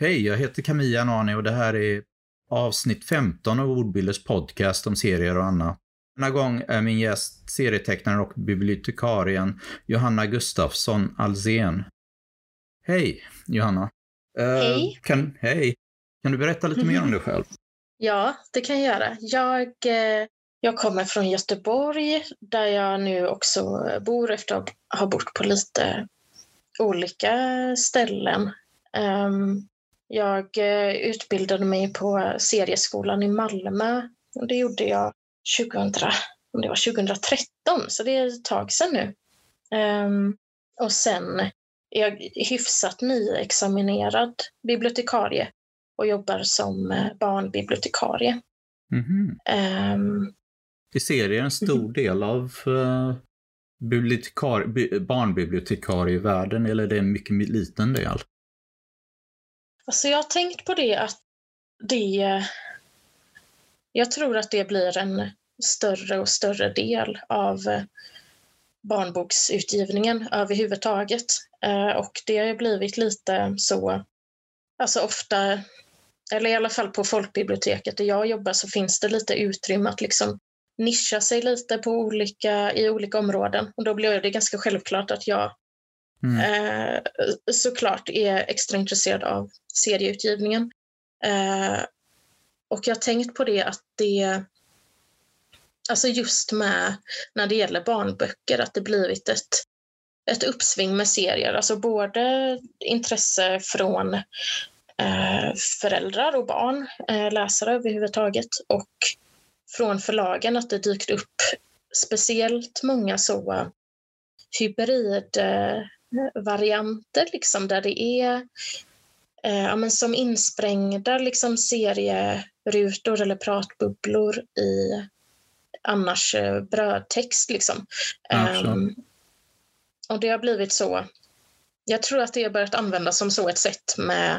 Hej, jag heter Camilla Nani och det här är avsnitt 15 av Ordbilders podcast om serier och annat. Denna gång är min gäst serietecknaren och bibliotekarien Johanna Gustafsson Alsen. Hej, Johanna. Hej. Hej. Kan du berätta lite mer om dig själv? Ja, det kan jag göra. Jag kommer från Göteborg där jag nu också bor efter att ha bott på lite olika ställen. Jag utbildade mig på serieskolan i Malmö och det gjorde jag 2013, så det är ett tag sedan nu. Och sen är jag hyfsat nyexaminerad bibliotekarie och jobbar som barnbibliotekarie. Mm-hmm. Är serien en stor del av barnbibliotekarievärlden eller är det en mycket liten del? Alltså jag har tänkt på det att jag tror att det blir en större och större del av barnboksutgivningen överhuvudtaget. Och det har blivit lite så, alltså ofta, eller i alla fall på folkbiblioteket där jag jobbar så finns det lite utrymme att liksom nischa sig lite i olika områden. Och då blir det ganska självklart att jag såklart är extra intresserad av serieutgivningen. Och jag har tänkt på det att alltså just med när det gäller barnböcker att det blivit ett uppsving med serier. Alltså både intresse från föräldrar och barn, läsare överhuvudtaget, och från förlagen att det dykt upp speciellt många så hybridvarianter liksom, där det är men som insprängda liksom serierutor eller pratbubblor i annars brödtext liksom. Och det har blivit så, jag tror att det har börjat användas som så ett sätt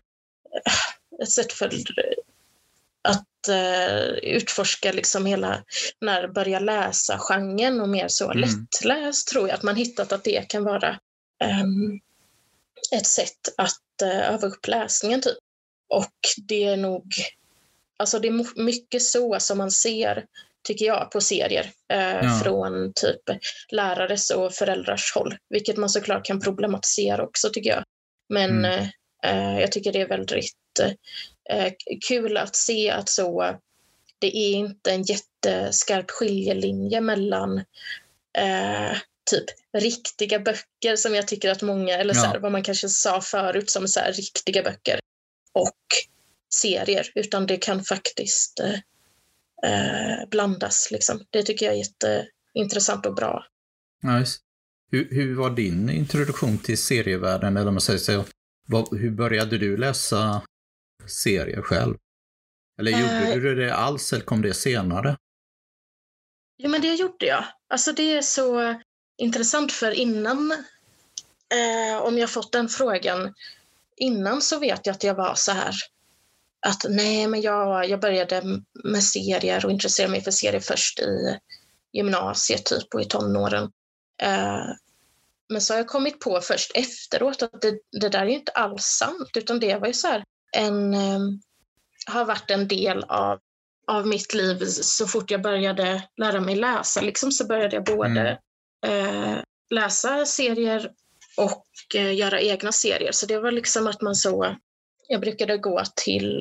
för att utforska liksom hela när börja läsa genren och mer så lättläst, tror jag att man hittat att det kan vara ett sätt att öva upp läsningen typ. Och det är nog, alltså det är mycket så som man ser, tycker jag, på serier från typ lärares och föräldrars håll, vilket man såklart kan problematisera också, tycker jag. Men jag tycker det är väldigt kul att se att så det är inte en jätteskarp skiljelinje mellan typ riktiga böcker som jag tycker att många, eller så här, vad man kanske sa förut som så här, riktiga böcker och serier, utan det kan faktiskt blandas liksom. Det tycker jag är jätteintressant och bra. Nice. Hur var din introduktion till serievärlden, eller om man säger så? Hur började du läsa serier själv? Eller gjorde du det alls, eller kom det senare? Jo, men det gjorde jag. Alltså det är så intressant, för innan, om jag fått den frågan innan, så vet jag att jag var så här att nej, men jag började med serier och intresserade mig för serier först i gymnasiet typ och i tonåren. Men så har jag kommit på först efteråt att det där är inte alls sant, utan det var ju så här har varit en del av mitt liv. Så fort jag började lära mig läsa liksom, så började jag både läsa serier och göra egna serier. Så det var liksom att jag brukade gå till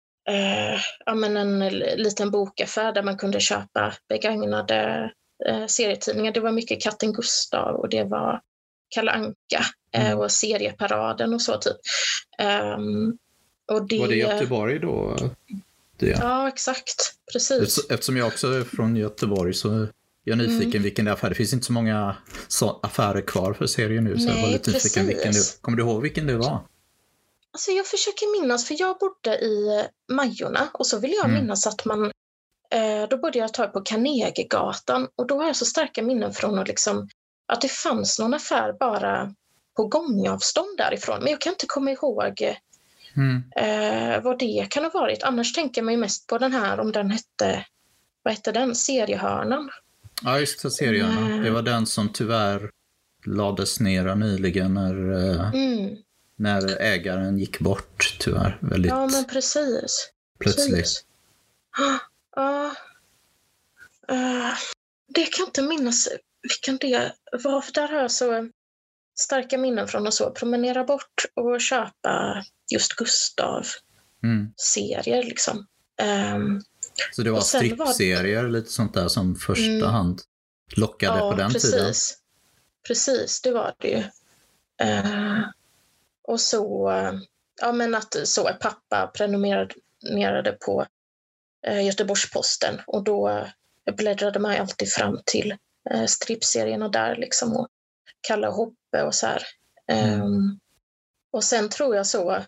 en liten bokaffär där man kunde köpa begagnade serietidningar. Det var mycket Katten Gustav och det var Kalle Anka och Serieparaden och så typ. Och var det Göteborg då? Det? Ja, exakt. Precis. Eftersom jag också är från Göteborg så är jag nyfiken vilken det är affär. Det finns inte så många affärer kvar för serier nu. Så nej, jag var lite nyfiken vilken kommer du ihåg vilken det var? Alltså jag försöker minnas, för jag bodde i Majorna och så vill jag minnas att man då bodde jag ett tag på Carnegiegatan och då har jag så starka minnen från att det fanns någon affär bara på gångavstånd därifrån, men jag kan inte komma ihåg vad det kan ha varit. Annars tänker man ju mest på den här, om den hette, vad hette den? Seriehörnan. Ja, just det, Seriehörnan. Det var den som tyvärr lades ner nyligen när när ägaren gick bort, tyvärr. Väldigt men precis. plötsligt. Precis. Det kan jag inte minnas vilken det var, för där har jag så starka minnen från att så promenera bort och köpa just Gustav-serier liksom. Så det var strippserier lite sånt där som första hand lockade på den tiden? Precis, det var det ju. Och så, men att så pappa prenumererade på Göteborgs-Posten, och då bläddrade man alltid fram till strippserierna där liksom, och Kalle och Hoppe och så här. Och sen tror jag så,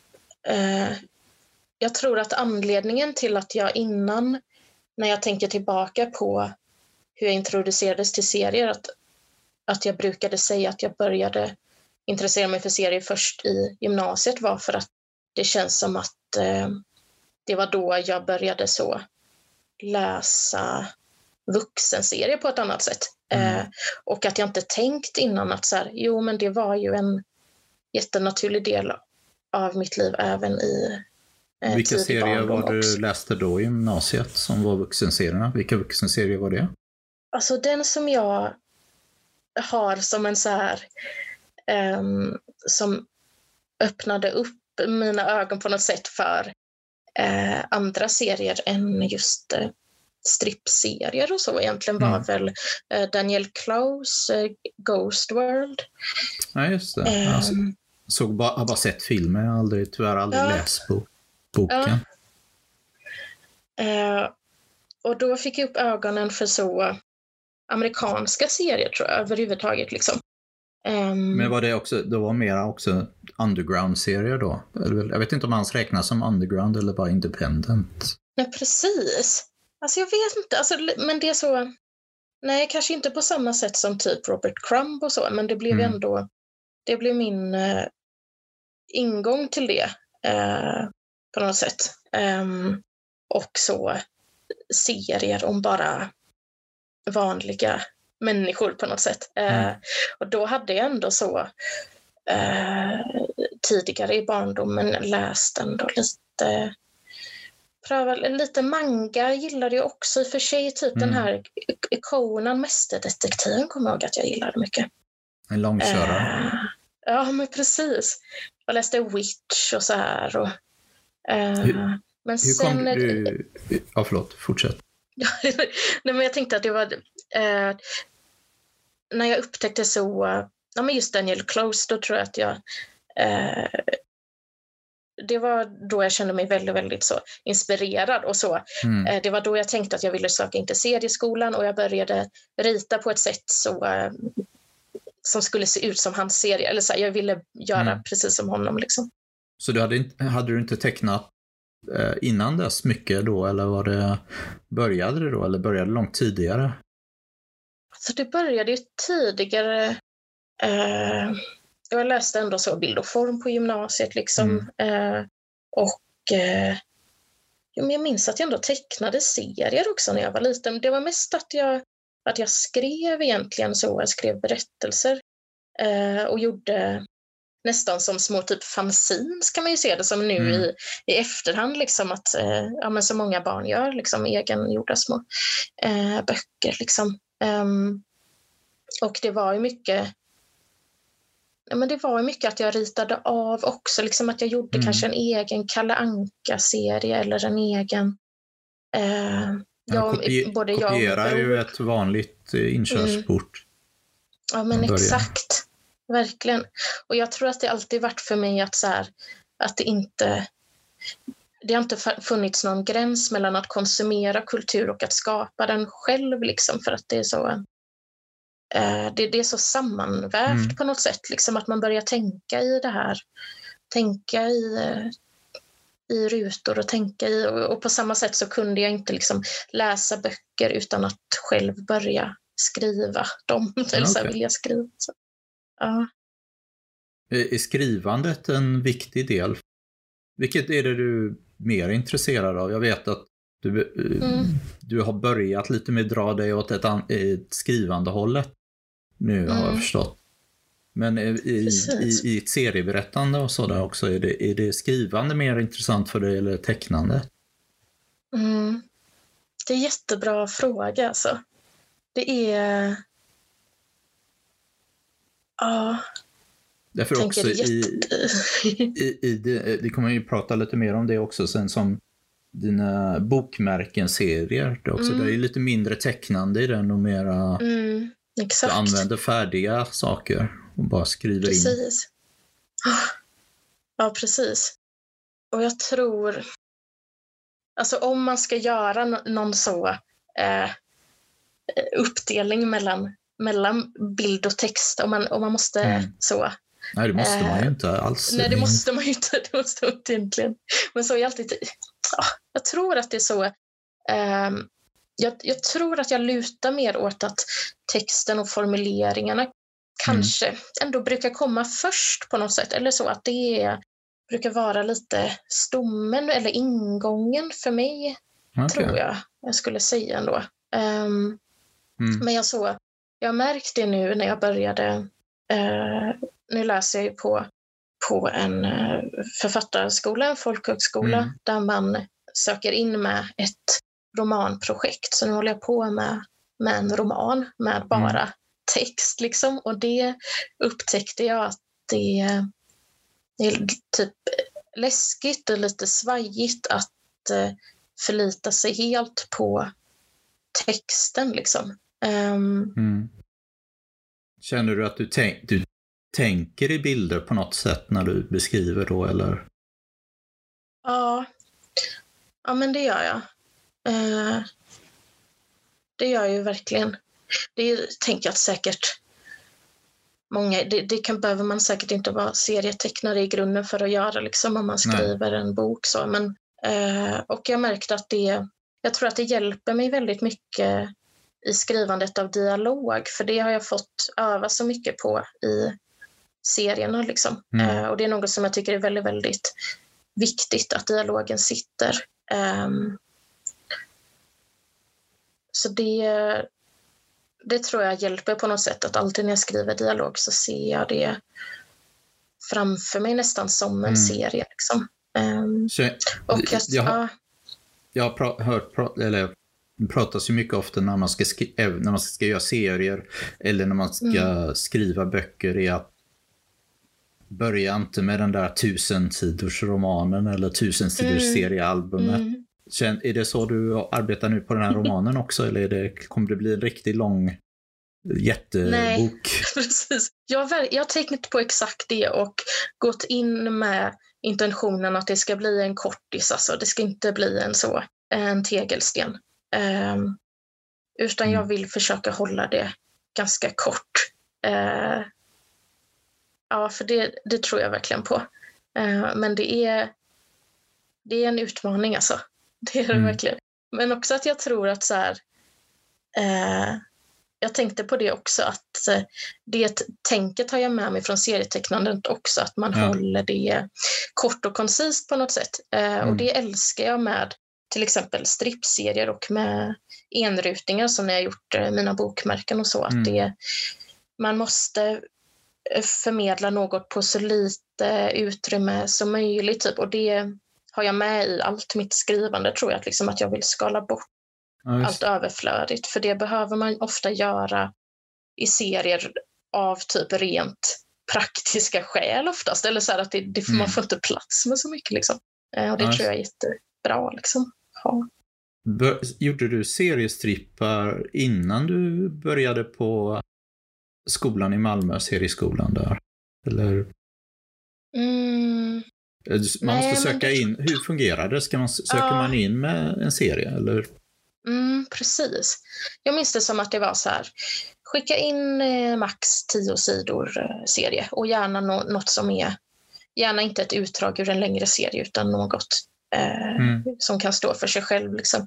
jag tror att anledningen till att jag innan, när jag tänker tillbaka på hur jag introducerades till serier, att jag brukade säga att jag började intressera mig för serier först i gymnasiet, var för att det känns som att det var då jag började så läsa vuxenserier på ett annat sätt. Och att jag inte tänkt innan att så här, men det var ju en jättenaturlig del av mitt liv även i vilka serier var du läste då i gymnasiet som var vuxenserierna? Vilka vuxenserier var det? Alltså den som jag har som en så här som öppnade upp mina ögon på något sätt för andra serier än just strippserier och så egentligen var väl Daniel Clowes Ghost World. Ja, just det. Jag har bara sett filmer, jag har tyvärr aldrig läst boken. Och då fick jag upp ögonen för så amerikanska serier, tror jag, överhuvudtaget liksom. Men var det också, det var mera också underground-serier då? Jag vet inte om hans räknas som underground eller bara independent. Nej, precis. Alltså jag vet inte, alltså, men det är så, nej, kanske inte på samma sätt som typ Robert Crumb och så, men det blev ändå, det blev min ingång till det på något sätt. Och så serier om bara vanliga människor på något sätt. Och då hade jag ändå så tidigare i barndomen läst ändå lite manga gillade jag också i och för sig, typ den här Conan Mästerdetektiven kommer jag ihåg att jag gillade mycket. En långkörare. Ja, men precis. Jag läste Witch och så här. Och, men hur sen, kom du... Ja, förlåt. Fortsätt. Nej, men jag tänkte att det var... när jag upptäckte så... Ja, men just Daniel Clowes, då tror jag att jag... det var då jag kände mig väldigt, väldigt så inspirerad och så. Det var då jag tänkte att jag ville söka in till serieskolan, och jag började rita på ett sätt så... som skulle se ut som hans serie. Eller så här, jag ville göra precis som honom liksom. Så hade du inte tecknat innan dess mycket då? Eller började det då? Eller började det långt tidigare? Så det började ju tidigare. Jag läste ändå så bild och form på gymnasiet liksom. Men jag minns att jag ändå tecknade serier också när jag var liten. Det var mest att jag skrev egentligen så. Jag skrev berättelser och gjorde nästan som små typ fanzines, kan man ju se det som nu i efterhand liksom, att men så många barn gör liksom egengjorda små böcker liksom. Och det var ju mycket att jag ritade av också liksom, att jag gjorde kanske en egen Kalle Anka-serie eller en egen kopiera är ju ett vanligt inkörsport. Ja, men exakt. Verkligen. Och jag tror att det alltid varit för mig att så här, att det har inte funnits någon gräns mellan att konsumera kultur och att skapa den själv liksom, för att det är så det är så sammanvävt på något sätt liksom, att man börjar tänka i det här, tänka i rutor och tänka i, och på samma sätt så kunde jag inte liksom läsa böcker utan att själv börja skriva dem eller så vilja skriva så. Ja. Är skrivandet en viktig del? Vilket är det du mer intresserad av? Jag vet att du har börjat lite med dra dig åt ett skrivande hållet. Nu har jag förstått. Men i ett serieberättande och sådär också, är det skrivande mer intressant för dig eller tecknande? Det är en jättebra fråga alltså. Det är... Ja... Därför också det kommer ju prata lite mer om det också sen, som dina bokmärken-serier. Det också, det är lite mindre tecknande i den och mera exakt. Du använder färdiga saker och bara skriver in. Precis. Ja, precis. Och jag tror, alltså om man ska göra någon så uppdelning mellan bild och text, om man måste så. Nej, det måste man ju inte alls. Nej, det måste man ju inte. Det måste man inte egentligen. Men så är alltid... jag tror att det är så... jag tror att jag lutar mer åt att texten och formuleringarna kanske ändå brukar komma först på något sätt. Eller så att det brukar vara lite stommen eller ingången för mig, tror jag skulle säga ändå. Men jag märkte det nu när jag började... nu läser jag ju på en författarskola, en folkhögskola, där man söker in med ett romanprojekt. Så nu håller jag på med en roman med bara text liksom. Och det upptäckte jag att det är typ läskigt och lite svajigt att förlita sig helt på texten liksom. Känner du att du tänker i bilder på något sätt när du beskriver då, eller? Ja, men det gör jag. Det gör jag ju verkligen. Det tänker jag att säkert många... behöver man säkert inte vara serietecknare i grunden för att göra liksom, om man skriver en bok. Så. Men, och jag märkte att jag tror att det hjälper mig väldigt mycket i skrivandet av dialog, för det har jag fått öva så mycket på i serierna liksom. Och det är något som jag tycker är väldigt, väldigt viktigt, att dialogen sitter. Så det tror jag hjälper på något sätt, att alltid när jag skriver dialog så ser jag det framför mig nästan som en serie liksom. Jag har hört det pratas ju mycket ofta när man ska göra serier eller när man ska skriva böcker, är att börja inte med den där 1000-sidors romanen eller 1000-sidors seriealbumet. Är det så du arbetar nu på den här romanen också, eller kommer det bli en riktigt lång jättebok? Nej, precis. Jag har tänkt på exakt det och gått in med intentionen att det ska bli en kortis, alltså det ska inte bli en tegelsten. Utan jag vill försöka hålla det ganska kort. Ja, för det tror jag verkligen på. Men det är en utmaning alltså. Det är det verkligen. Men också att jag tror att så här, jag tänkte på det också, att det tänket har jag med mig från serietecknandet också, att man håller det kort och koncist på något sätt. Och det älskar jag med till exempel strippserier och med enrutningar som när jag gjort mina bokmärken och så. Att man måste förmedla något på så lite utrymme som möjligt. Typ. Och det har jag med i allt mitt skrivande, tror jag. Liksom, att jag vill skala bort allt överflödigt. För det behöver man ofta göra i serier av typ rent praktiska skäl oftast. Eller så här att man får inte plats med så mycket. Liksom. Och det tror jag är jättebra. Liksom. Ja. Gjorde du seriestrippar innan du började på skolan i Malmö, serieskolan där? Eller? Man måste söka in. Hur fungerar det? Söker man in med en serie? Eller? Precis. Jag minns det som att det var så här: skicka in max 10 sidor serie och gärna något som är, gärna inte ett utdrag ur en längre serie utan något som kan stå för sig själv liksom.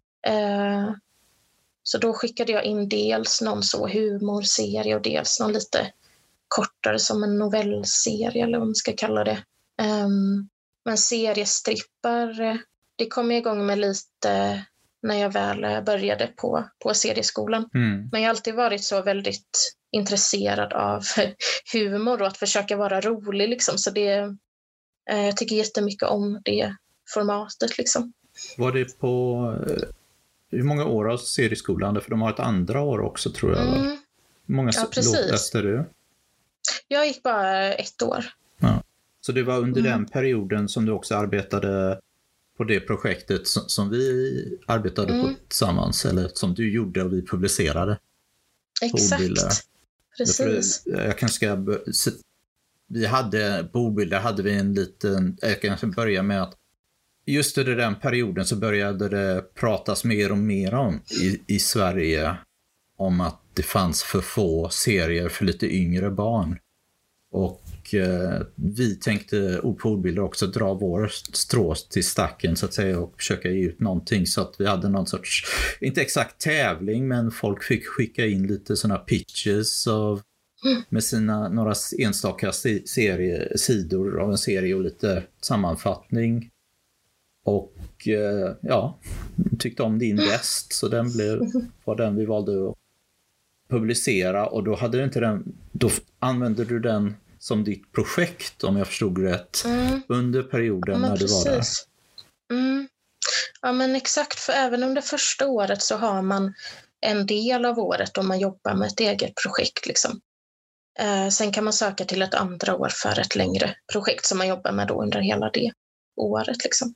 Så då skickade jag in dels någon så humorserie och dels någon lite kortare som en novellserie eller vad man ska kalla det. Men seriestrippar, det kom jag igång med lite när jag väl började på serieskolan. Men jag har alltid varit så väldigt intresserad av humor och att försöka vara rolig liksom. Så jag tycker jättemycket om det formatet liksom. Var det på hur många år av serieskolan? För de har ett andra år också tror jag. Hur många läste du? Jag gick bara 1 år. Ja. Så det var under den perioden som du också arbetade på det projektet som vi arbetade på tillsammans, eller som du gjorde och vi publicerade. Exakt. Precis. Jag kanske ska... Vi hade på Ordbilder hade vi en liten... Jag kanske börja med att just under den perioden så började det pratas mer och mer om i Sverige om att det fanns för få serier för lite yngre barn. Och vi tänkte på Ordbilder också dra vår strå till stacken så att säga och försöka ge ut någonting, så att vi hade någon sorts, inte exakt tävling, men folk fick skicka in lite såna pitches med några enstaka sidor av en serie och lite sammanfattning. Och tyckte om din bäst, så den var den vi valde att publicera, och då hade då använde du den som ditt projekt, om jag förstod rätt, under perioden när du var där. Ja, men exakt, för även under första året så har man en del av året då man jobbar med ett eget projekt liksom. Sen kan man söka till ett andra år för ett längre projekt som man jobbar med då under hela det året liksom.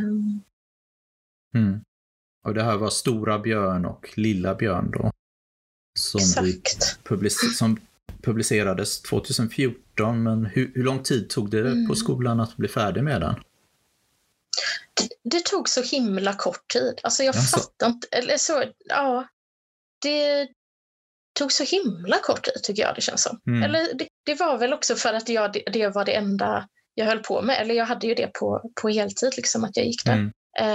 Och det här var Stora Björn och Lilla Björn då, som som publicerades 2014, men hur lång tid tog det på skolan att bli färdig med den? Det tog så himla kort tid. Alltså jag fattar inte, eller så, ja, det tog så himla kort tid tycker jag det känns som. Eller det var väl också för att det var det enda jag höll på med, eller jag hade ju det på heltid liksom, att jag gick där.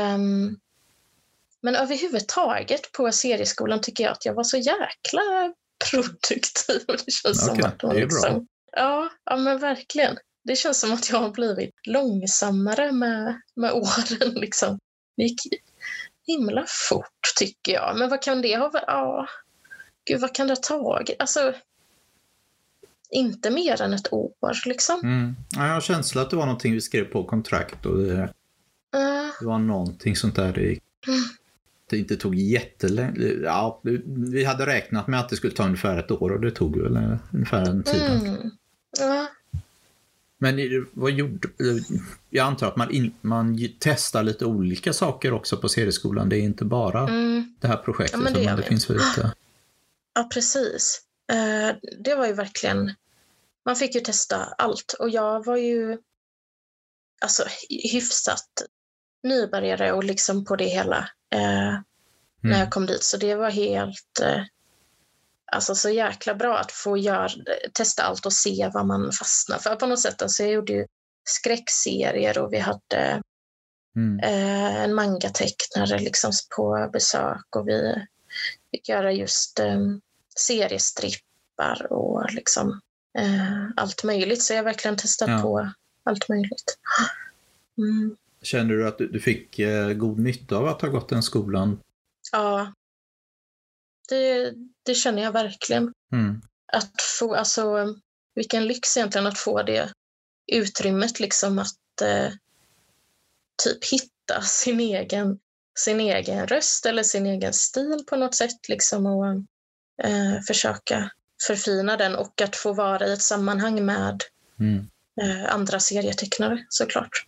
Men överhuvudtaget på serieskolan tycker jag att jag var så jäkla produktiv. Det känns som att man liksom, ja, men verkligen. Det känns som att jag har blivit långsammare med åren liksom. Det gick himla fort tycker jag. Men vad kan det ha varit? Gud, vad kan det ha tagit? Alltså, inte mer än ett år liksom. Ja, jag har känslan att det var någonting vi skrev på kontrakt och det var någonting sånt där det inte tog jättelänge. Ja, vi hade räknat med att det skulle ta ungefär ett år, och det tog väl ungefär den tiden. Men vad gjorde... Jag antar att man testar lite olika saker också på serieskolan. Det är inte bara det här projektet, men det finns väl lite... Ja, precis. Det var ju verkligen... Man fick ju testa allt, och jag var ju alltså hyfsat nybörjare och liksom på det hela när jag kom dit. Så det var helt alltså så jäkla bra att få testa allt och se vad man fastnar för på något sätt. Alltså jag gjorde ju skräckserier, och vi hade en mangatecknare liksom på besök, och vi fick göra just seriestrippar och liksom allt möjligt. Så jag verkligen testat på allt möjligt. Känner du att du fick god nytta av att ha gått den skolan? Ja, det känner jag verkligen. Att få, alltså vilken lyx egentligen att få det utrymmet liksom, att typ hitta sin egen röst eller sin egen stil på något sätt liksom, och försöka förfina den, och att få vara i ett sammanhang med andra serietecknare såklart.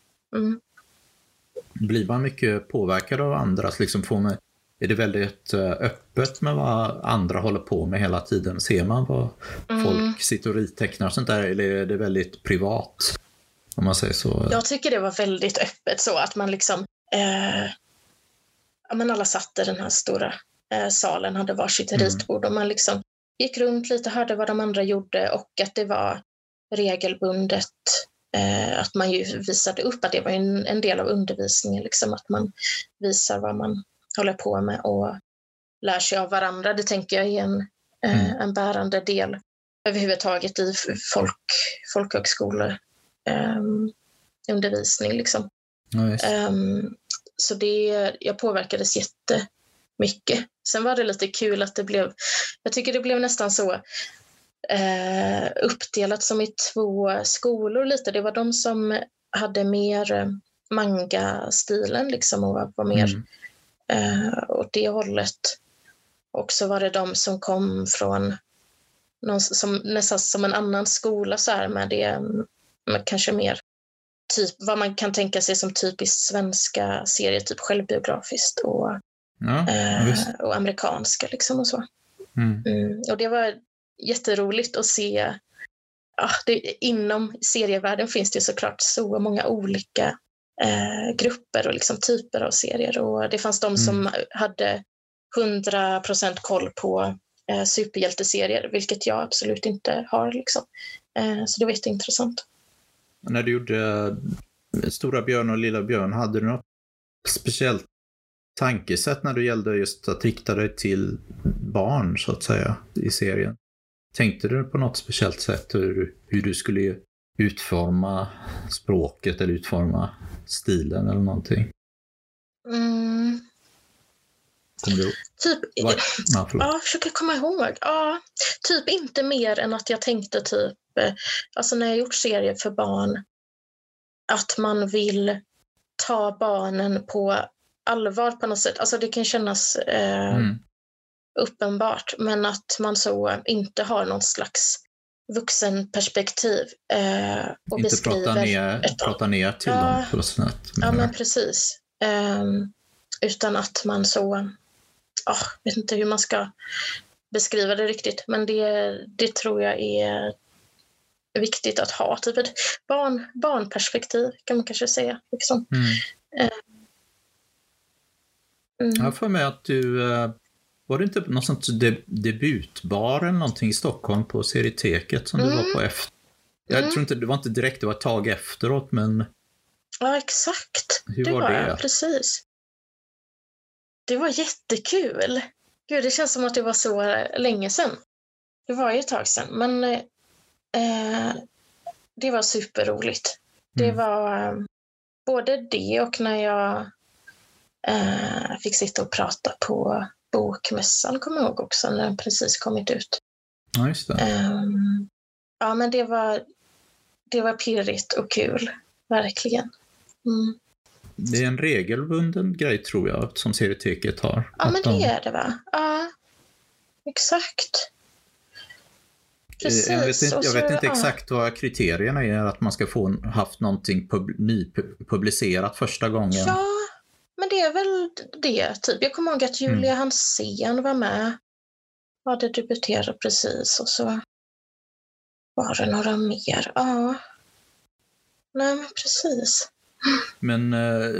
Blir man mycket påverkad av andras liksom, är det väldigt öppet med vad andra håller på med hela tiden? Ser man vad folk sitter och ritecknar och sånt där, eller är det väldigt privat, om man säger så? Jag tycker det var väldigt öppet, så att man liksom men alla satt i den här stora salen, hade varsitt ritbord, och man liksom gick runt lite, hörde vad de andra gjorde, och att det var regelbundet att man ju visade upp att det var en del av undervisningen liksom, att man visar vad man håller på med och lär sig av varandra. Det tänker jag är en bärande del överhuvudtaget i folkhögskoleundervisning liksom. Så jag påverkades jättemycket. Sen var det lite kul att jag tycker det blev nästan så uppdelat som i 2 skolor lite. Det var de som hade mer manga-stilen liksom, och var mer åt det hållet. Och så var det de som kom från nästan som en annan skola så här, med kanske mer typ vad man kan tänka sig som typiskt svenska serier, typ självbiografiskt och amerikanska liksom och så. Och det var jätteroligt att se. Inom serievärlden finns det såklart så många olika grupper och liksom typer av serier, och det fanns de som hade 100% koll på superhjälteserier, vilket jag absolut inte har liksom. Så det var jätteintressant. När du gjorde Stora björn och Lilla björn, hade du något speciellt tankesätt när det gällde just att rikta dig till barn så att säga i serien? Tänkte du på något speciellt sätt hur du skulle utforma språket eller utforma stilen eller någonting? Kommer du? Typ, försöker komma ihåg. Ja, typ inte mer än att jag tänkte typ, alltså när jag gjort serier för barn, att man vill ta barnen på allvar på något sätt. Alltså det kan kännas uppenbart, men att man så inte har någon slags vuxenperspektiv och inte beskriver prata ner till dem på något sätt. Ja, men precis. Utan att man så vet inte hur man ska beskriva det riktigt, men det tror jag är viktigt att ha typ ett barnperspektiv, kan man kanske säga liksom. Jag får med att du var det inte något sånt debutbar eller någonting i Stockholm på Serieteket som du var på efter? Jag tror inte, det var inte direkt, det var ett tag efteråt, men ja, exakt. Hur var det? Precis. Det var jättekul. Gud, det känns som att det var så länge sedan. Det var ju ett tag sedan, men det var superroligt. Det var både det och när jag fick sitta och prata på bokmässan, kommer jag ihåg också, när den precis kommit ut. Ja, just det. Ja, men det var pirrigt och kul, verkligen. Det är en regelbunden grej, tror jag, som Serieteket har. Ja, men det är det, va? Ja, exakt. Precis. Jag vet inte exakt vad kriterierna är, att man ska få haft någonting nypublicerat första gången. Ja, men det är väl det, typ. Jag kommer ihåg att Julia Hansén var med. Hade debuterat precis, och så var det några mer. Ja. Nej, men precis. Men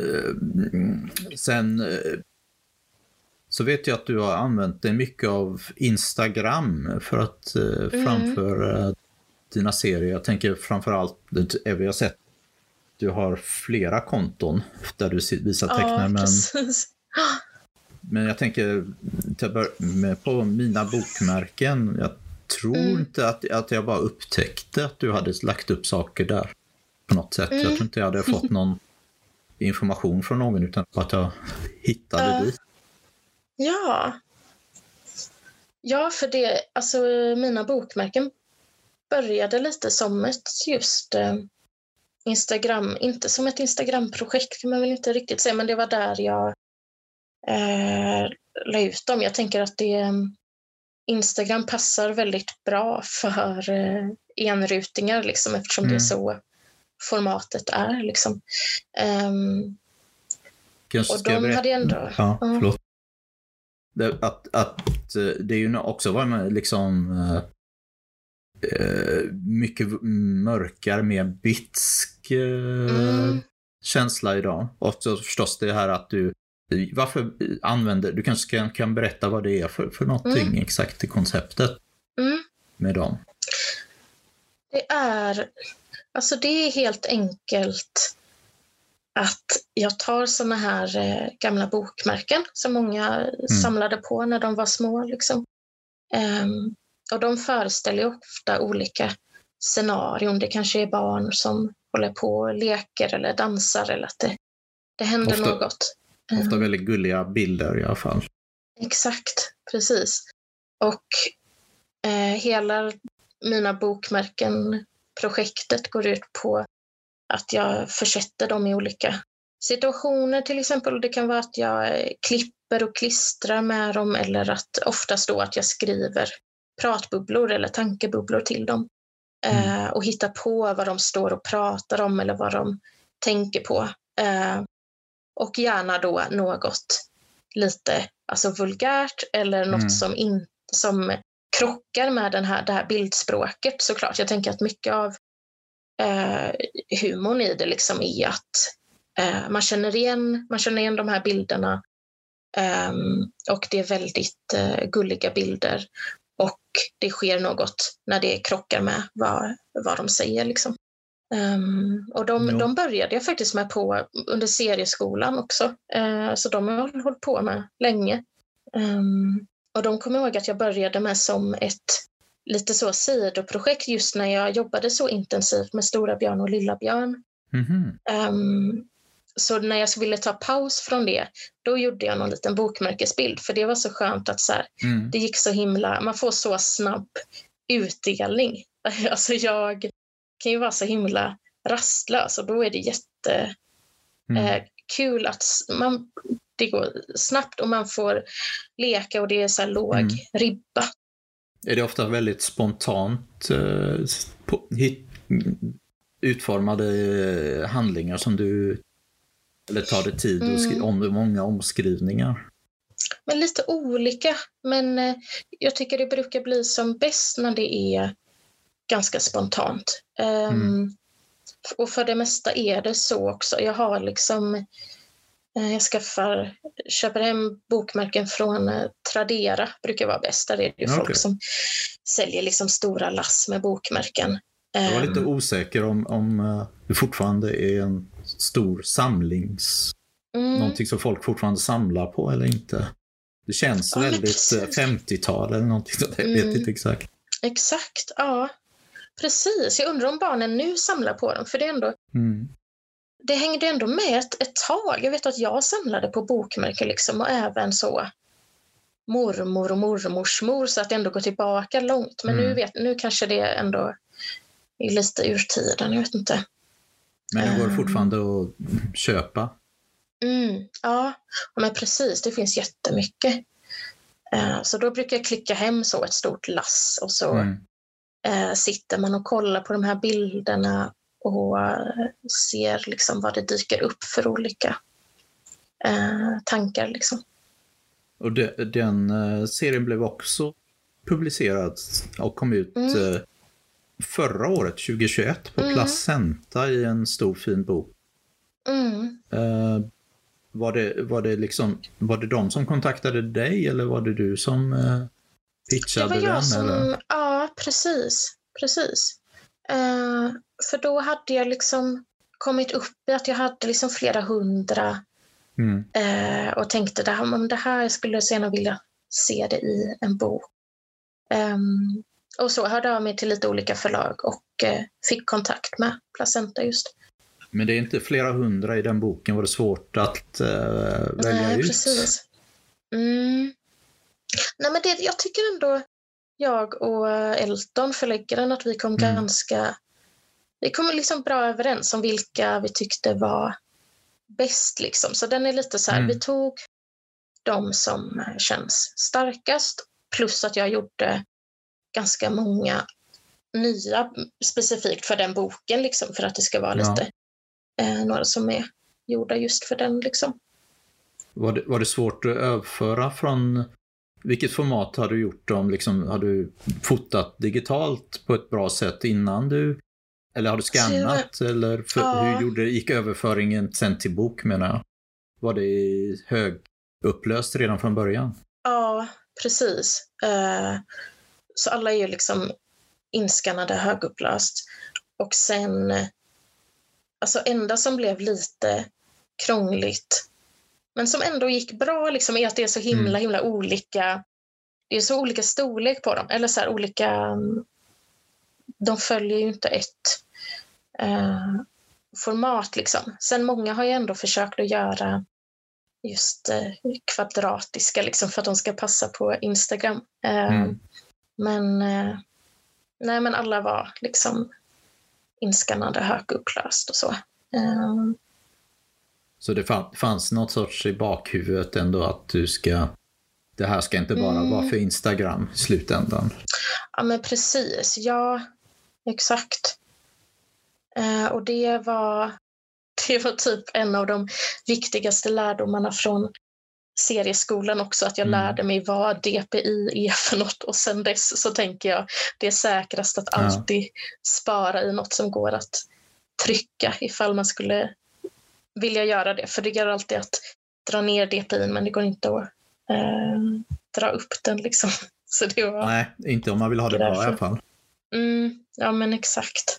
sen så vet jag att du har använt dig mycket av Instagram för att framföra dina serier. Jag tänker framförallt, vi har sett du har flera konton där du visar tecknar. Men jag tänker på mina bokmärken, jag tror inte att jag bara upptäckte att du hade lagt upp saker där på något sätt. Jag tror inte jag hade fått någon information från någon, utan att jag hittade dit. Ja, för det, alltså mina bokmärken började lite som ett just Instagram, inte som ett Instagram-projekt kan man väl inte riktigt säga, men det var där jag la ut dem. Jag tänker att Instagram passar väldigt bra för enrutingar liksom, eftersom det är så formatet är liksom. Och de hade ändå... Ja, förlåt. Att det är ju också var man liksom mycket mörkare, mer bitsk känsla idag. Och så förstås det här att varför använder, du kanske kan berätta vad det är för någonting exakt i konceptet med dem. Det är helt enkelt att jag tar såna här gamla bokmärken som många samlade på när de var små liksom. Och de föreställer ofta olika scenarion. Det kanske är barn som håller på och leker eller dansar, eller att det händer något. Ofta väldigt gulliga bilder i alla fall. Exakt, precis. Och hela mina bokmärken-projektet går ut på att jag försätter dem i olika situationer till exempel. Det kan vara att jag klipper och klistrar med dem, eller att oftast då att jag skriver pratbubblor eller tankebubblor till dem. Och hittar på vad de står och pratar om eller vad de tänker på. Och gärna då något lite vulgärt eller något som krockar med det här bildspråket såklart. Jag tänker att mycket av humorn i det liksom är att man känner igen de här bilderna och det är väldigt gulliga bilder och det sker något när det krockar med vad de säger liksom. Och de började jag faktiskt med på under serieskolan också, så de har jag hållit på med länge. Och de kommer ihåg att jag började med som ett lite så sidoprojekt just när jag jobbade så intensivt med Stora Björn och Lilla Björn. Så när jag ville ta paus från det, då gjorde jag någon liten bokmärkesbild, för det var så skönt att det gick så himla, man får så snabb utdelning. Alltså jag kan ju vara så himla rastlös och då är det kul att det går snabbt och man får leka och det är så här låg ribba. Är det ofta väldigt spontant utformade handlingar som du, eller tar det tid och många omskrivningar? Men lite olika, men jag tycker det brukar bli som bäst när det är ganska spontant. Och för det mesta är det så också. Jag har liksom jag köper hem bokmärken från Tradera, brukar vara bäst. Där är det folk som säljer liksom stora lass med bokmärken. Jag var lite osäker om det fortfarande är en stor någonting som folk fortfarande samlar på eller inte. Det känns väldigt 50-tal eller någonting så jag vet inte exakt. Exakt, ja. Precis, jag undrar om barnen nu samlar på dem, för det är ändå det hängde ändå med ett tag. Jag vet att jag samlade på bokmärken liksom, och även så mormor och mormors mor, så att det ändå går tillbaka långt. Men nu kanske det ändå är lite ur tiden, jag vet inte. Men det går fortfarande att köpa? Ja, men precis, det finns jättemycket. Så då brukar jag klicka hem så ett stort lass och så sitter man och kollar på de här bilderna och ser liksom vad det dyker upp för olika tankar liksom. Och den serien blev också publicerad och kom ut förra året, 2021, på Placenta i en stor fin bok. Var det de som kontaktade dig eller var det du som pitchade den? Ja, precis. För då hade jag liksom kommit upp i att jag hade liksom flera hundra och tänkte det här skulle jag senare vilja se det i en bok. Och så hörde jag mig till lite olika förlag och fick kontakt med Placenta just. Men det är inte flera hundra i den boken, var det svårt att välja ut? Precis. Nej, men jag tycker ändå jag och Elton, förläggaren, att vi kom vi kom liksom bra överens om vilka vi tyckte var bäst liksom. Så den är lite så här, vi tog de som känns starkast, plus att jag gjorde ganska många nya specifikt för den boken liksom, för att det ska vara lite några som är gjorda just för den liksom. Var det svårt att överföra från vilket format har du gjort dem liksom, har du fotat digitalt på ett bra sätt innan du, eller har du skannat eller hur gick överföringen sen till bok, menar jag? Var det högupplöst redan från början? Ja, precis. Så alla är ju liksom inskannade högupplöst. Och sen, alltså enda som blev lite krångligt, men som ändå gick bra liksom, är att det är så himla olika. Det är så olika storlek på dem. Eller så här olika, de följer ju inte ett format liksom. Sen många har ju ändå försökt att göra just kvadratiska liksom, för att de ska passa på Instagram. Men nej, men alla var liksom inskannade högupplöst och så. Så det fanns något sorts i bakhuvudet ändå att det här ska inte bara vara för Instagram i slutändan. Ja, men precis. Ja, exakt. Och det var typ en av de viktigaste lärdomarna från serieskolan också, att jag lärde mig vad DPI är för något, och sen dess så tänker jag det är säkrast att alltid spara i något som går att trycka ifall man skulle vilja göra det, för det går alltid att dra ner DPI, men det går inte att dra upp den liksom. Så det var, nej, inte om man vill ha det bra i alla fall. Ja, men exakt.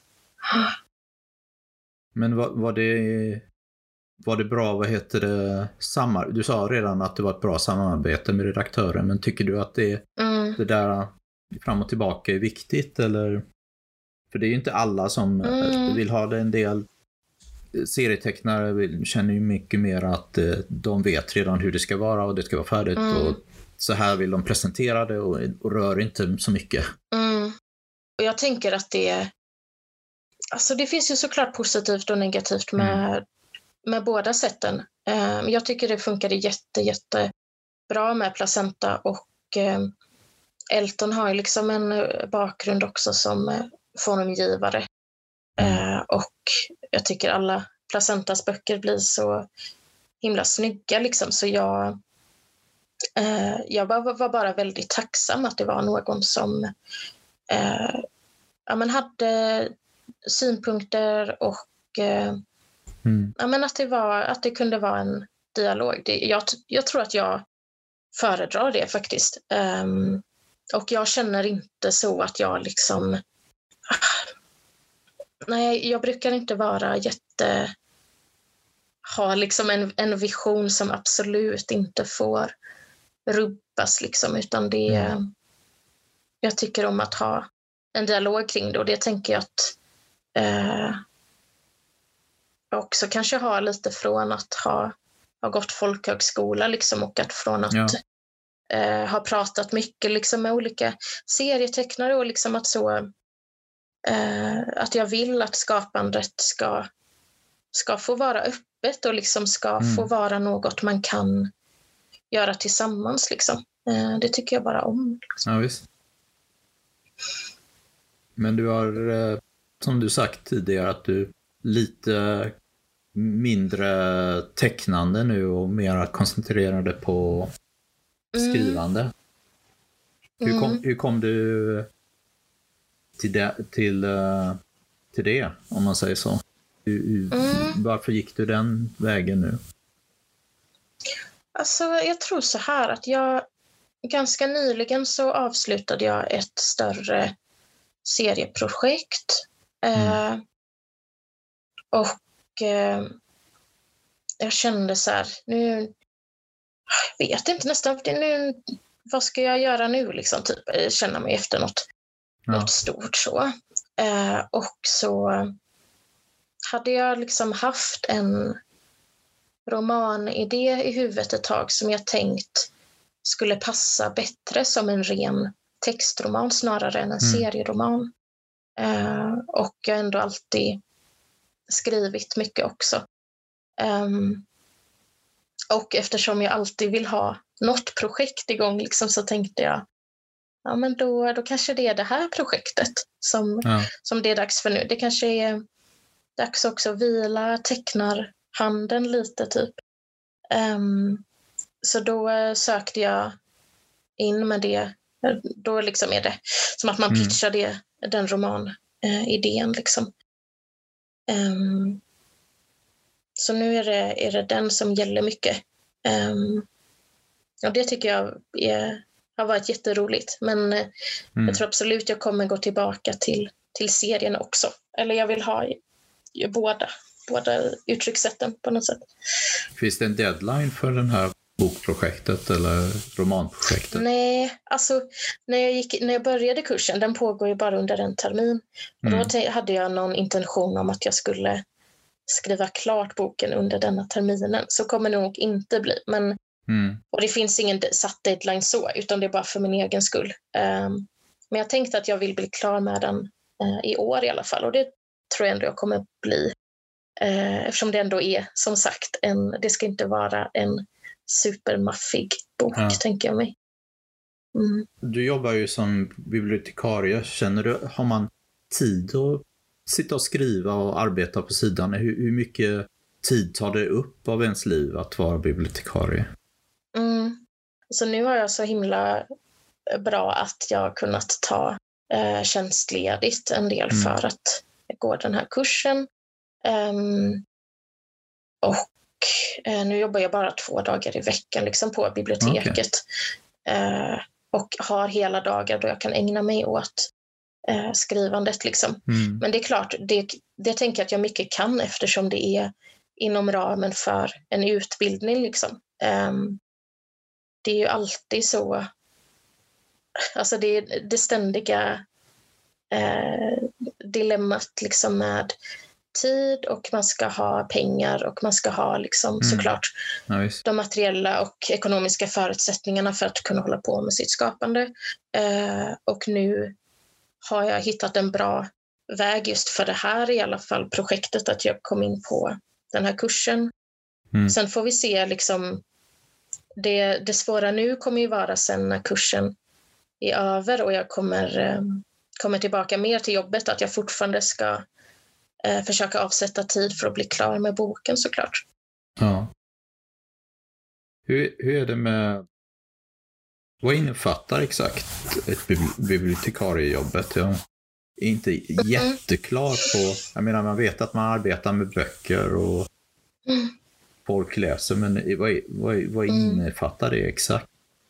Men var det bra, vad heter det, du sa redan att det var ett bra samarbete med redaktören, men tycker du att det där fram och tillbaka är viktigt, eller? För det är ju inte alla som vill ha det. En del serietecknare känner ju mycket mer att de vet redan hur det ska vara och det ska vara färdigt och så här vill de presentera det och rör inte så mycket. Och jag tänker att det finns ju såklart positivt och negativt med båda sätten. Jag tycker det funkade jättebra med Placenta, och Elton har ju liksom en bakgrund också som formgivare. Och jag tycker alla Placentas böcker blir så himla snygga liksom, så jag var bara väldigt tacksam att det var någon som hade synpunkter och att det kunde vara en dialog. Jag tror att jag föredrar det faktiskt. Och jag känner inte så att jag liksom... Nej, jag brukar inte vara ha liksom en vision som absolut inte får rubbas liksom, utan jag tycker om att ha en dialog kring det, och det tänker jag att också kanske ha lite från att ha gått folkhögskola liksom, och att från att ha pratat mycket liksom med olika serietecknare, och liksom att att jag vill att skapandet ska få vara öppet och liksom ska få vara något man kan göra tillsammans liksom. Det tycker jag bara om liksom. Ja, visst. Men du har, som du sagt tidigare, att du lite mindre tecknande nu och mer koncentrerade på skrivande. Hur kom du till det, om man säger så? Varför gick du den vägen nu? Alltså, jag tror så här att ganska nyligen så avslutade jag ett större serieprojekt. Och jag kände så här, nu jag vet inte nästan vad ska jag göra nu liksom, typ känna mig efter något stort så. Och så hade jag liksom haft en romanidé i huvudet ett tag som jag tänkt skulle passa bättre som en ren textroman snarare än en serieroman. Och jag har ändå alltid skrivit mycket också. Och eftersom jag alltid vill ha något projekt igång liksom, så tänkte jag, ja men då kanske det är det här projektet som det är dags för nu. Det kanske är dags också att vila tecknarhanden lite typ. Så då sökte jag in med det. Då liksom är det som att man pitchar den romanidén liksom. Så nu är det den som gäller mycket. Och det tycker jag har varit jätteroligt. Men jag tror absolut jag kommer gå tillbaka till serien också. Eller jag vill ha båda uttryckssätten på något sätt. Finns det en deadline för den här bokprojektet eller romanprojektet? Nej, alltså när jag började kursen, den pågår ju bara under en termin. Och då hade jag någon intention om att jag skulle skriva klart boken under denna terminen. Så kommer det nog inte bli. Och det finns ingen satt deadline så, utan det är bara för min egen skull. Men jag tänkte att jag vill bli klar med den i år i alla fall. Och det tror jag ändå jag kommer bli. Eftersom det ändå är, som sagt, det ska inte vara en supermaffig bok, tänker jag mig. Du jobbar ju som bibliotekarie. Känner du, har man tid att sitta och skriva och arbeta på sidan? Hur mycket tid tar det upp av ens liv att vara bibliotekarie? Så nu har jag så himla bra att jag har kunnat ta tjänstledigt en del för att gå den här kursen. Och nu jobbar jag bara 2 dagar i veckan liksom på biblioteket. Och har hela dagar då jag kan ägna mig åt skrivandet liksom. Men det är klart, det tänker jag att jag mycket kan eftersom det är inom ramen för en utbildning liksom. Det är ju alltid så, alltså det är det ständiga dilemmat liksom med tid, och man ska ha pengar, och man ska ha liksom såklart de materiella och ekonomiska förutsättningarna för att kunna hålla på med sitt skapande. Och nu har jag hittat en bra väg just för det här i alla fall, projektet, att jag kom in på den här kursen. Sen får vi se liksom, det svåra nu kommer ju vara sen när kursen är över och jag kommer tillbaka mer till jobbet, att jag fortfarande ska försöka avsätta tid för att bli klar med boken såklart. Ja. Hur är det med, vad innefattar exakt ett bibliotekariejobbet? Jag är inte jätteklar på, jag menar man vet att man arbetar med böcker och folk läser, men vad innefattar det exakt?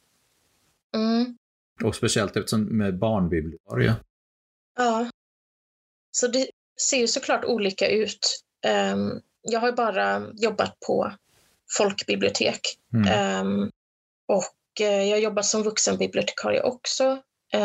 Och speciellt eftersom med barnbibliotekarie. Ja, så det ser ju såklart olika ut. Jag har ju bara jobbat på folkbibliotek. Och jag jobbar som vuxenbibliotekarie också.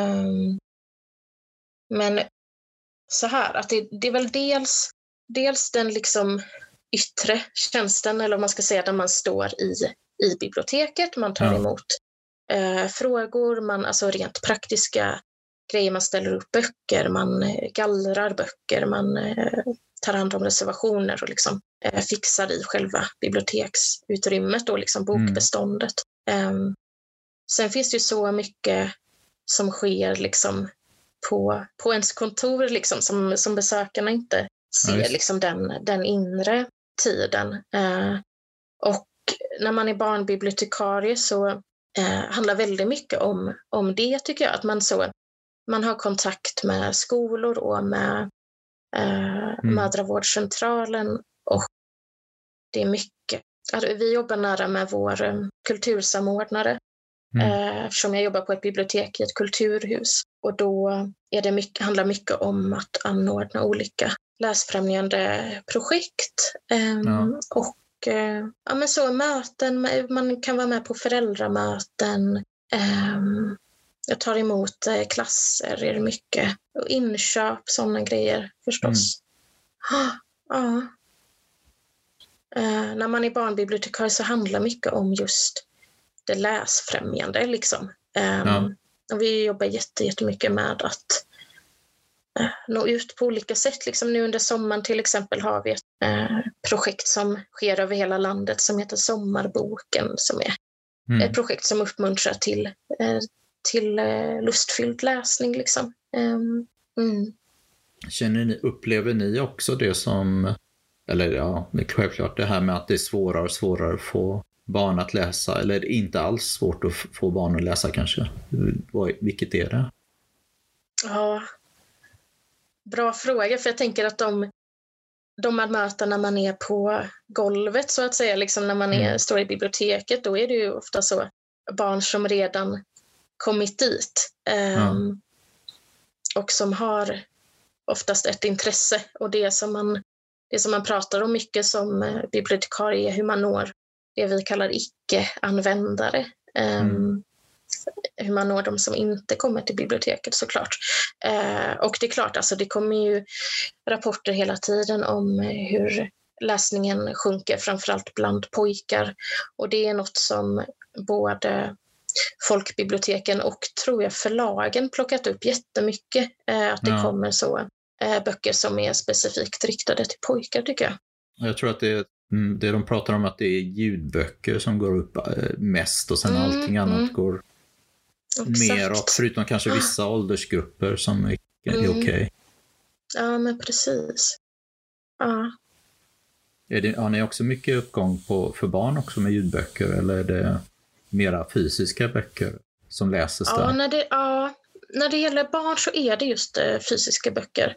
Men så här, att det är väl dels den liksom yttre tjänsten, eller om man ska säga, där man står i biblioteket. Man tar emot frågor, alltså rent praktiska grejer, man ställer upp böcker, man gallrar böcker, man tar hand om reservationer och liksom fixar i själva biblioteksutrymmet och liksom bokbeståndet. Sen finns det ju så mycket som sker liksom på ens kontor liksom, som besökarna inte ser, liksom den inre tiden. Och när man är barnbibliotekarie så handlar väldigt mycket om det, tycker jag, att man har kontakt med skolor och med mödravårdscentralen, och det är mycket. Alltså, vi jobbar nära med vår kultursamordnare eftersom jag jobbar på ett bibliotek i ett kulturhus, och då är det handlar mycket om att anordna olika läsfrämjande projekt och men så möten, man kan vara med på föräldramöten. Jag tar emot klasser, är det mycket. Och inköp, sådana grejer förstås. När man är barnbibliotekarie så handlar mycket om just det läsfrämjande. Liksom. Och vi jobbar jättemycket med att nå ut på olika sätt. Liksom nu under sommaren till exempel har vi ett projekt som sker över hela landet som heter Sommarboken, som är ett projekt som uppmuntrar till lustfylld läsning liksom. Upplever ni också det som, eller ja, det är självklart det här med att det är svårare och svårare att få barn att läsa, eller inte alls svårt att få barn att läsa kanske? Vilket är det? Ja, bra fråga, för jag tänker att de här mötena man är på golvet så att säga, liksom när man står i biblioteket, då är det ju ofta så barn som redan kommit dit och som har oftast ett intresse, och det som man pratar om mycket som bibliotekarie är hur man når det vi kallar icke-användare. Hur man når dem som inte kommer till biblioteket såklart. Och det är klart, alltså det kommer ju rapporter hela tiden om hur läsningen sjunker, framförallt bland pojkar. Och det är något som både folkbiblioteken och, tror jag, förlagen plockat upp jättemycket. Att det kommer så böcker som är specifikt riktade till pojkar, tycker jag. Jag tror att det de pratar om, att det är ljudböcker som går upp mest, och sen allting annat går neråt, förutom kanske vissa åldersgrupper som är okej. Ja, men precis. Ja. Har ni också mycket uppgång för barn också med ljudböcker, eller är det mera fysiska böcker som läses där? När det gäller barn så är det just fysiska böcker.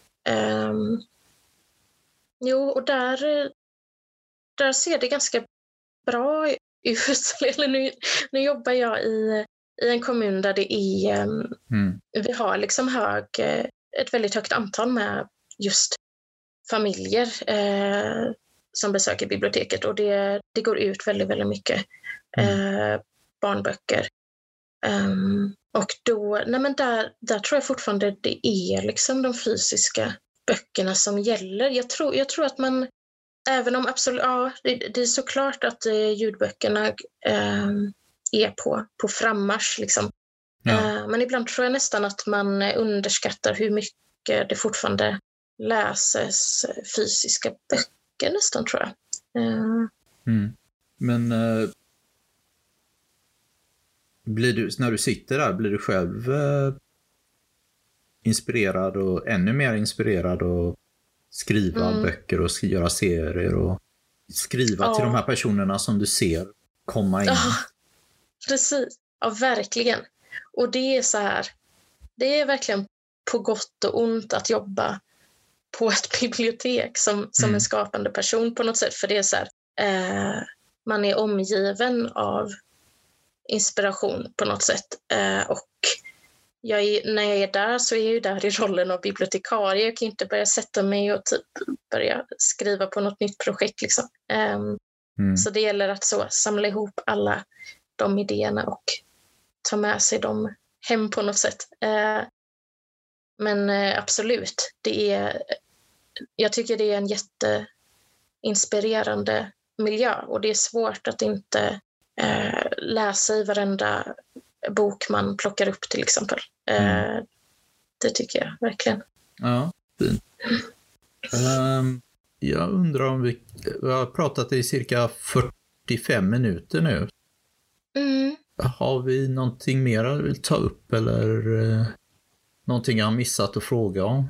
Och där ser det ganska bra ut. Nu jobbar jag i en kommun där det är vi har liksom ett väldigt högt antal med just familjer som besöker biblioteket, och det går ut väldigt, väldigt mycket barnböcker. Och då, där tror jag fortfarande det är liksom de fysiska böckerna som gäller. Jag tror att man, även om absolut, det är såklart att ljudböckerna är på frammarsch liksom. Men ibland tror jag nästan att man underskattar hur mycket det fortfarande läses fysiska böcker nästan, tror jag. Men när du sitter där, blir du själv inspirerad, och ännu mer inspirerad, och skriva böcker och göra serier och skriva till de här personerna som du ser komma in? Precis, verkligen. Och det är så här, det är verkligen på gott och ont att jobba på ett bibliotek som en skapande person på något sätt. För det är så här, man är omgiven av inspiration på något sätt. Och när jag är där så är jag ju där i rollen av bibliotekarie. Jag kan inte börja sätta mig och typ börja skriva på något nytt projekt liksom. Så det gäller att så samla ihop alla de idéerna och ta med sig dem hem på något sätt. Men absolut, jag tycker det är en jätteinspirerande miljö, och det är svårt att inte läsa i varenda bok man plockar upp till exempel. Det tycker jag verkligen. Ja, fint. Jag undrar om vi har pratat i cirka 45 minuter nu. Har vi någonting mer att vill ta upp, eller någonting jag har missat att fråga om?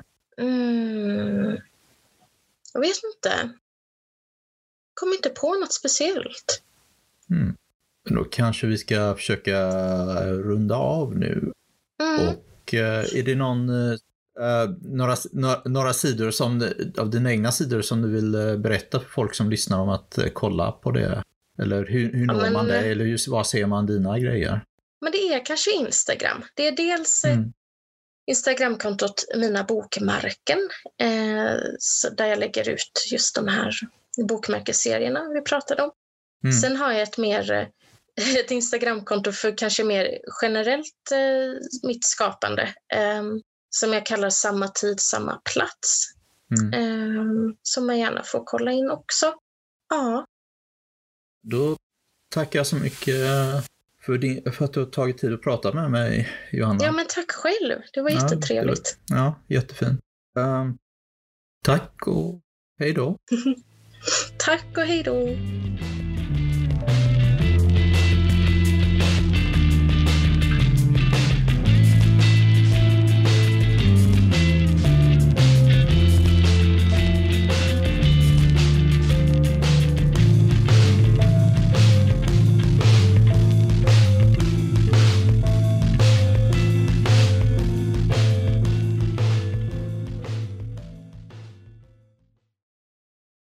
Jag vet inte. Kom inte på något speciellt. Då kanske vi ska försöka runda av nu. Och är det några sidor av dina egna sidor som du vill berätta för folk som lyssnar om att kolla på det? Eller hur når man det? Eller var ser man dina grejer? Men det är kanske Instagram. Det är dels Instagramkontot Mina Bokmärken, där jag lägger ut just de här bokmärkeserierna vi pratade om. Sen har jag ett Instagramkonto för kanske mer generellt mitt skapande, som jag kallar Samma tid, samma plats. Som man gärna får kolla in också. Ja. Då tackar jag så mycket för att du har tagit tid att prata med mig, Johanna. Ja, men tack själv. Det var jättetrevligt. Ja, jättefint. Tack och hej då. Tack och hej då.